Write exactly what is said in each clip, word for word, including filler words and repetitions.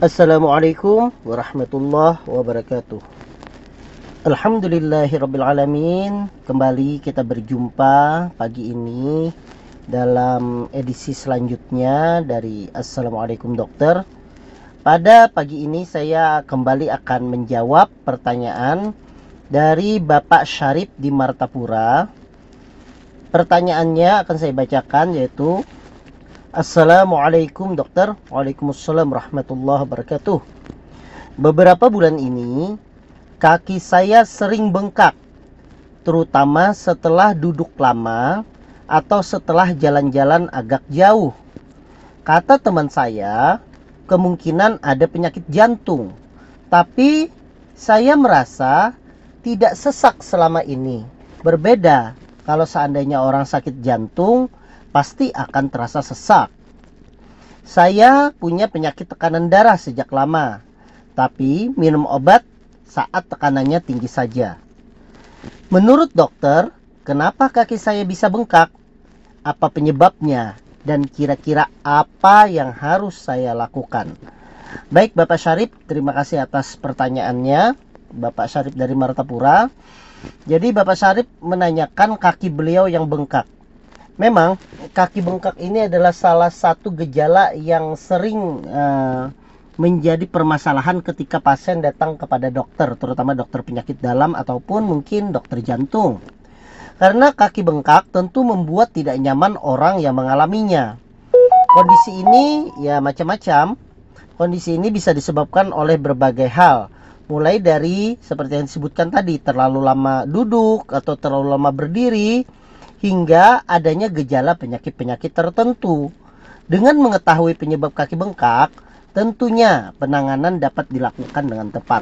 Assalamualaikum warahmatullahi wabarakatuh. Alhamdulillahirrabbilalamin. Kembali kita berjumpa pagi ini dalam edisi selanjutnya dari Assalamualaikum Dokter. Pada pagi ini saya kembali akan menjawab pertanyaan dari Bapak Syarif di Martapura. Pertanyaannya akan saya bacakan, yaitu: Assalamualaikum dokter. Waalaikumsalam warahmatullahi wabarakatuh. Beberapa bulan ini kaki saya sering bengkak, terutama setelah duduk lama atau setelah jalan-jalan agak jauh. Kata teman saya, kemungkinan ada penyakit jantung, tapi saya merasa tidak sesak selama ini. Berbeda kalau seandainya orang sakit jantung, pasti akan terasa sesak. Saya punya penyakit tekanan darah sejak lama, tapi minum obat saat tekanannya tinggi saja. Menurut dokter, kenapa kaki saya bisa bengkak? Apa penyebabnya? Dan kira-kira apa yang harus saya lakukan? Baik Bapak Syarif, terima kasih atas pertanyaannya. Bapak Syarif dari Martapura. Jadi Bapak Syarif menanyakan kaki beliau yang bengkak. Memang kaki bengkak ini adalah salah satu gejala yang sering uh, menjadi permasalahan ketika pasien datang kepada dokter, terutama dokter penyakit dalam ataupun mungkin dokter jantung. Karena kaki bengkak tentu membuat tidak nyaman orang yang mengalaminya. Kondisi ini ya macam-macam. Kondisi ini bisa disebabkan oleh berbagai hal. Mulai dari seperti yang disebutkan tadi, terlalu lama duduk atau terlalu lama berdiri, hingga adanya gejala penyakit-penyakit tertentu. Dengan mengetahui penyebab kaki bengkak, tentunya penanganan dapat dilakukan dengan tepat.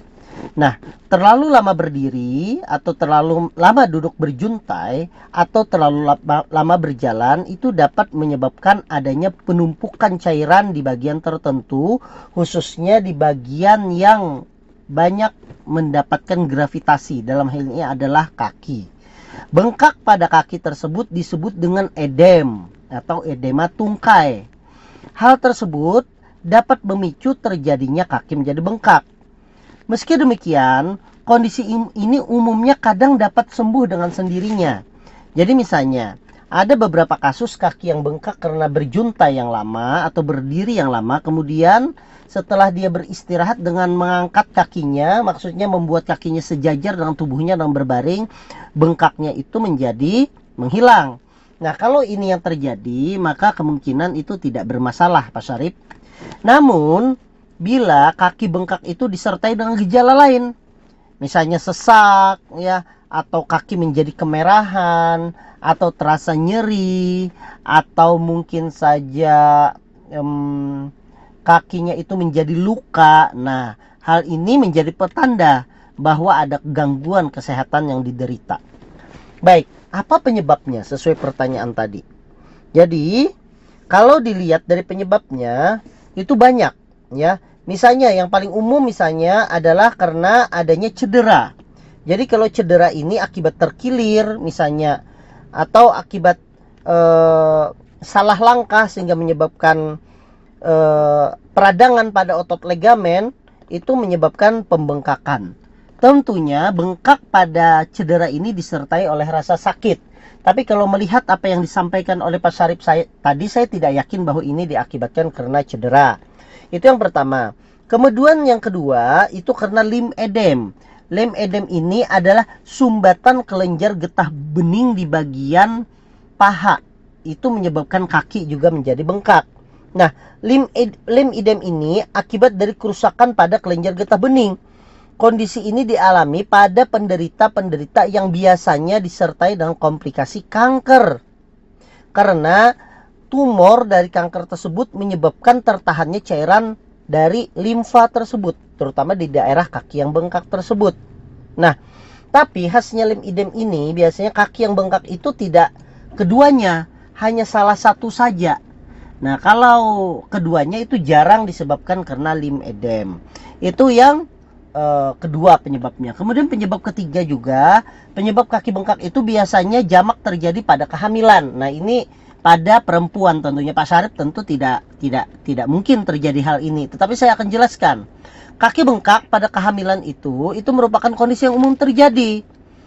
Nah, terlalu lama berdiri atau terlalu lama duduk berjuntai atau terlalu lama, lama berjalan itu dapat menyebabkan adanya penumpukan cairan di bagian tertentu, khususnya di bagian yang banyak mendapatkan gravitasi. Dalam hal ini adalah kaki. Bengkak pada kaki tersebut disebut dengan edem atau edema tungkai. Hal tersebut dapat memicu terjadinya kaki menjadi bengkak. Meski demikian, kondisi ini umumnya kadang dapat sembuh dengan sendirinya. Jadi misalnya, ada beberapa kasus kaki yang bengkak karena berjuntai yang lama atau berdiri yang lama, kemudian setelah dia beristirahat dengan mengangkat kakinya, maksudnya membuat kakinya sejajar dengan tubuhnya dan berbaring, bengkaknya itu menjadi menghilang. Nah, kalau ini yang terjadi, maka kemungkinan itu tidak bermasalah, Pak Syarif. Namun, bila kaki bengkak itu disertai dengan gejala lain, misalnya sesak, ya, atau kaki menjadi kemerahan, atau terasa nyeri, atau mungkin saja um, kakinya itu menjadi luka. Nah, hal ini menjadi petanda bahwa ada gangguan kesehatan yang diderita. Baik, apa penyebabnya sesuai pertanyaan tadi? Jadi, kalau dilihat dari penyebabnya itu banyak, ya. Misalnya yang paling umum misalnya adalah karena adanya cedera. Jadi kalau cedera ini akibat terkilir misalnya, atau akibat eh, salah langkah sehingga menyebabkan eh, peradangan pada otot ligamen, itu menyebabkan pembengkakan. Tentunya bengkak pada cedera ini disertai oleh rasa sakit. Tapi kalau melihat apa yang disampaikan oleh Pak Syarif saya, tadi, saya tidak yakin bahwa ini diakibatkan karena cedera. Itu yang pertama. Kemudian yang kedua itu karena lymphedem. Lymphedem ini adalah sumbatan kelenjar getah bening di bagian paha. Itu menyebabkan kaki juga menjadi bengkak. Nah, lymphedem ini akibat dari kerusakan pada kelenjar getah bening. Kondisi ini dialami pada penderita-penderita yang biasanya disertai dengan komplikasi kanker. Karena tumor dari kanker tersebut menyebabkan tertahannya cairan dari limfa tersebut, terutama di daerah kaki yang bengkak tersebut. Nah, tapi khasnya lymphedem ini biasanya kaki yang bengkak itu tidak keduanya, hanya salah satu saja. Nah, kalau keduanya itu jarang disebabkan karena lymphedem. Itu yang uh, kedua penyebabnya. Kemudian penyebab ketiga juga, penyebab kaki bengkak itu biasanya jamak terjadi pada kehamilan. Nah, ini pada perempuan tentunya. Pak Syarif tentu tidak tidak tidak mungkin terjadi hal ini, tetapi saya akan jelaskan. Kaki bengkak pada kehamilan itu itu merupakan kondisi yang umum terjadi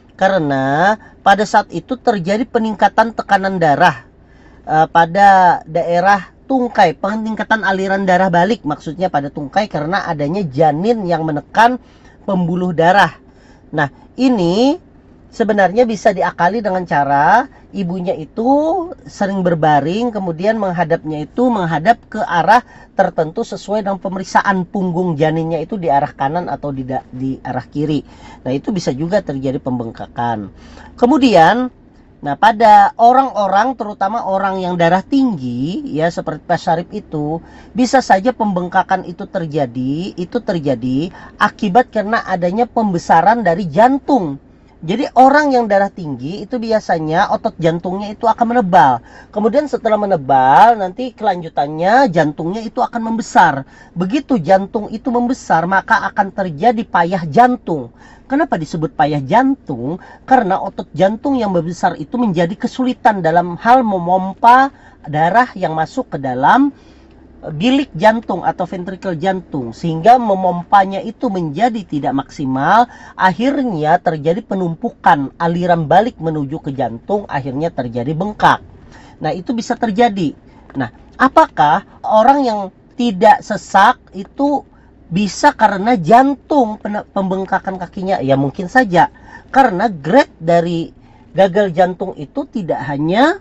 karena pada saat itu terjadi peningkatan tekanan darah uh, pada daerah tungkai, peningkatan aliran darah balik maksudnya pada tungkai karena adanya janin yang menekan pembuluh darah. Nah, ini sebenarnya bisa diakali dengan cara ibunya itu sering berbaring, kemudian menghadapnya itu menghadap ke arah tertentu sesuai dengan pemeriksaan punggung janinnya itu di arah kanan atau di, di arah kiri. Nah, itu bisa juga terjadi pembengkakan. Kemudian, nah pada orang-orang terutama orang yang darah tinggi ya seperti Pak Syarif itu bisa saja pembengkakan itu terjadi itu terjadi akibat karena adanya pembesaran dari jantung. Jadi orang yang darah tinggi itu biasanya otot jantungnya itu akan menebal. Kemudian setelah menebal nanti kelanjutannya jantungnya itu akan membesar. Begitu jantung itu membesar maka akan terjadi payah jantung. Kenapa disebut payah jantung? Karena otot jantung yang membesar itu menjadi kesulitan dalam hal memompa darah yang masuk ke dalam bilik jantung atau ventrikel jantung, sehingga memompanya itu menjadi tidak maksimal. Akhirnya terjadi penumpukan aliran balik menuju ke jantung, akhirnya terjadi bengkak. Nah, itu bisa terjadi. Nah, apakah orang yang tidak sesak itu bisa karena jantung pembengkakan kakinya? Ya mungkin saja, karena grade dari gagal jantung itu tidak hanya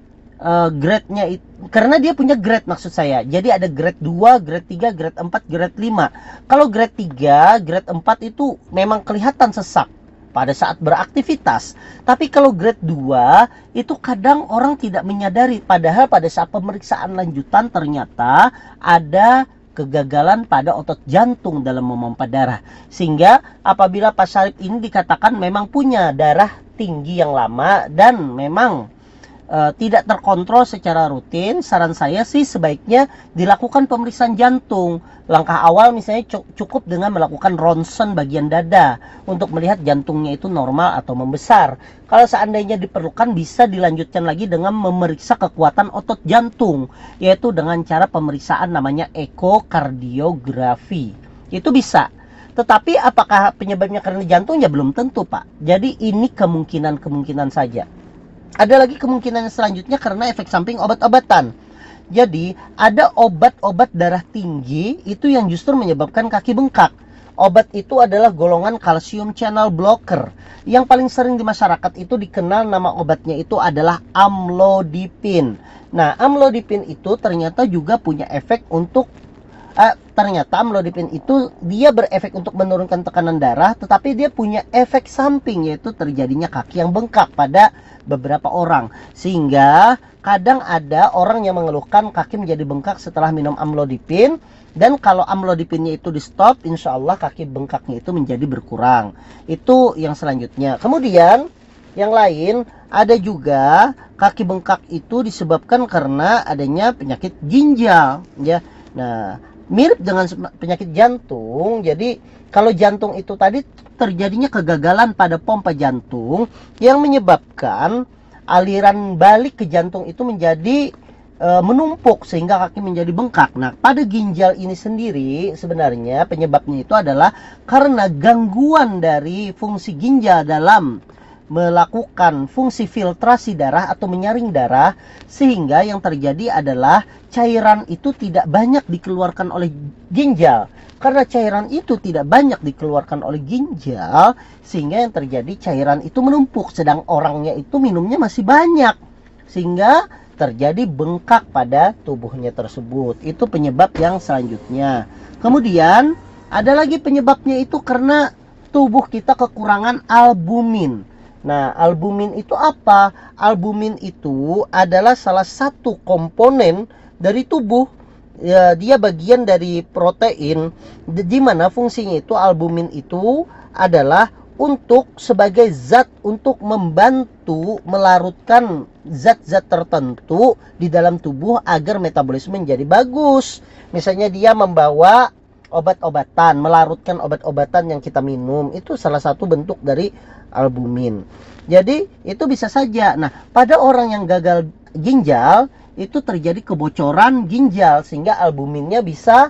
uh, grade-nya itu, karena dia punya grade maksud saya. Jadi ada grade dua, grade tiga, grade empat, grade lima. Kalau grade tiga, grade empat itu memang kelihatan sesak pada saat beraktivitas. Tapi kalau grade dua itu kadang orang tidak menyadari, padahal pada saat pemeriksaan lanjutan ternyata ada kegagalan pada otot jantung dalam memompa darah. Sehingga apabila Pak Syarif ini dikatakan memang punya darah tinggi yang lama dan memang e, tidak terkontrol secara rutin, saran saya sih sebaiknya dilakukan pemeriksaan jantung. Langkah awal misalnya cukup dengan melakukan ronsen bagian dada untuk melihat jantungnya itu normal atau membesar. Kalau seandainya diperlukan bisa dilanjutkan lagi dengan memeriksa kekuatan otot jantung, yaitu dengan cara pemeriksaan namanya ekokardiografi. Itu bisa. Tetapi apakah penyebabnya karena jantung? Ya belum tentu, Pak. Jadi ini kemungkinan-kemungkinan saja. Ada lagi kemungkinan selanjutnya karena efek samping obat-obatan. Jadi ada obat-obat darah tinggi itu yang justru menyebabkan kaki bengkak. Obat itu adalah golongan kalsium channel blocker. Yang paling sering di masyarakat itu dikenal nama obatnya itu adalah amlodipin. Nah, amlodipin itu ternyata juga punya efek untuk Uh, ternyata amlodipin itu dia berefek untuk menurunkan tekanan darah, tetapi dia punya efek samping yaitu terjadinya kaki yang bengkak pada beberapa orang. Sehingga kadang ada orang yang mengeluhkan kaki menjadi bengkak setelah minum amlodipin, dan kalau amlodipinnya itu di stop, insya Allah kaki bengkaknya itu menjadi berkurang. Itu yang selanjutnya. Kemudian yang lain ada juga kaki bengkak itu disebabkan karena adanya penyakit ginjal, ya. Nah, mirip dengan penyakit jantung. Jadi kalau jantung itu tadi terjadinya kegagalan pada pompa jantung yang menyebabkan aliran balik ke jantung itu menjadi e, menumpuk sehingga kaki menjadi bengkak. Nah, pada ginjal ini sendiri sebenarnya penyebabnya itu adalah karena gangguan dari fungsi ginjal dalam melakukan fungsi filtrasi darah atau menyaring darah, sehingga yang terjadi adalah cairan itu tidak banyak dikeluarkan oleh ginjal. Karena cairan itu tidak banyak dikeluarkan oleh ginjal, sehingga yang terjadi cairan itu menumpuk, sedang orangnya itu minumnya masih banyak, sehingga terjadi bengkak pada tubuhnya tersebut. Itu penyebab yang selanjutnya. Kemudian ada lagi penyebabnya itu karena tubuh kita kekurangan albumin. Nah, albumin itu apa? Albumin itu adalah salah satu komponen dari tubuh. Ya, dia bagian dari protein, di mana fungsinya itu albumin itu adalah untuk sebagai zat untuk membantu melarutkan zat-zat tertentu di dalam tubuh agar metabolisme menjadi bagus. Misalnya dia membawa obat-obatan, melarutkan obat-obatan yang kita minum, itu salah satu bentuk dari albumin. Jadi itu bisa saja. Nah, pada orang yang gagal ginjal itu terjadi kebocoran ginjal sehingga albuminnya bisa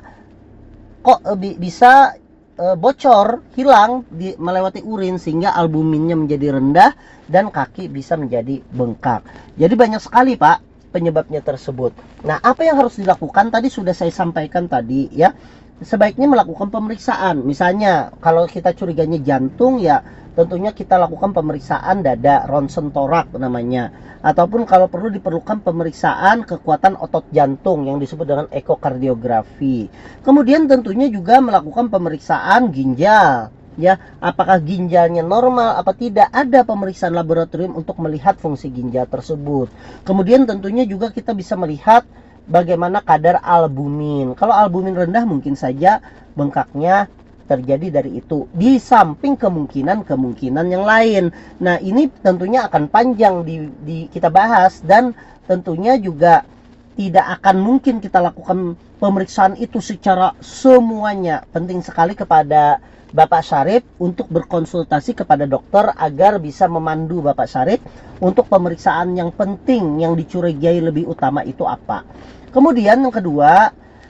kok e, bisa e, bocor, hilang di, melewati urin sehingga albuminnya menjadi rendah dan kaki bisa menjadi bengkak. Jadi banyak sekali Pak penyebabnya tersebut. Nah, apa yang harus dilakukan tadi sudah saya sampaikan tadi ya. Sebaiknya melakukan pemeriksaan. Misalnya kalau kita curiganya jantung ya tentunya kita lakukan pemeriksaan dada, ronsen torak namanya. Ataupun kalau perlu diperlukan pemeriksaan kekuatan otot jantung yang disebut dengan ekokardiografi. Kemudian tentunya juga melakukan pemeriksaan ginjal. Ya, apakah ginjalnya normal apa tidak, ada pemeriksaan laboratorium untuk melihat fungsi ginjal tersebut. Kemudian tentunya juga kita bisa melihat bagaimana kadar albumin. Kalau albumin rendah mungkin saja bengkaknya terjadi dari itu. Di samping kemungkinan-kemungkinan yang lain. Nah, ini tentunya akan panjang di, di kita bahas dan tentunya juga tidak akan mungkin kita lakukan pemeriksaan itu secara semuanya. Penting sekali kepada Bapak Syarif untuk berkonsultasi kepada dokter agar bisa memandu Bapak Syarif untuk pemeriksaan yang penting yang dicurigai lebih utama itu apa. Kemudian yang kedua,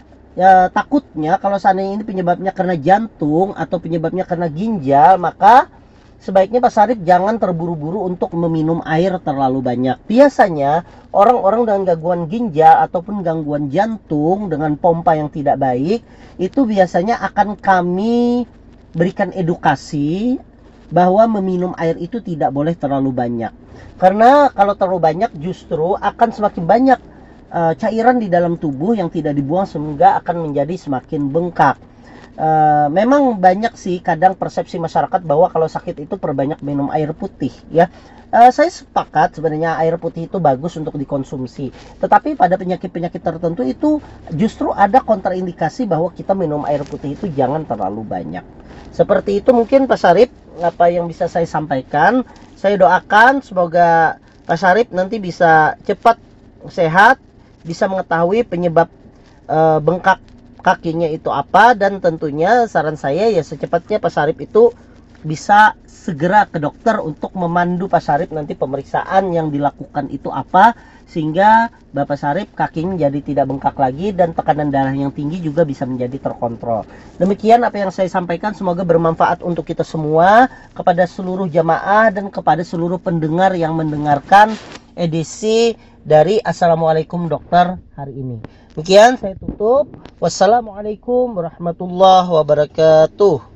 ya, takutnya kalau seandainya ini penyebabnya karena jantung atau penyebabnya karena ginjal, maka sebaiknya Pak Syarif jangan terburu-buru untuk meminum air terlalu banyak. Biasanya orang-orang dengan gangguan ginjal ataupun gangguan jantung dengan pompa yang tidak baik itu biasanya akan kami berikan edukasi bahwa meminum air itu tidak boleh terlalu banyak. Karena kalau terlalu banyak justru akan semakin banyak uh, cairan di dalam tubuh yang tidak dibuang sehingga akan menjadi semakin bengkak. Uh, memang banyak sih kadang persepsi masyarakat bahwa kalau sakit itu perbanyak minum air putih ya. Uh, saya sepakat sebenarnya air putih itu bagus untuk dikonsumsi. Tetapi pada penyakit-penyakit tertentu itu justru ada kontraindikasi bahwa kita minum air putih itu jangan terlalu banyak. Seperti itu mungkin Pak Syarif apa yang bisa saya sampaikan. Saya doakan semoga Pak Syarif nanti bisa cepat sehat, bisa mengetahui penyebab e, bengkak kakinya itu apa, dan tentunya saran saya ya secepatnya Pak Syarif itu bisa segera ke dokter untuk memandu Pak Syarif nanti pemeriksaan yang dilakukan itu apa, sehingga Bapak Syarif kakinya jadi tidak bengkak lagi dan tekanan darah yang tinggi juga bisa menjadi terkontrol. Demikian apa yang saya sampaikan, semoga bermanfaat untuk kita semua, kepada seluruh jamaah dan kepada seluruh pendengar yang mendengarkan edisi dari Assalamualaikum Dokter hari ini. Demikian saya tutup. Wassalamualaikum warahmatullahi wabarakatuh.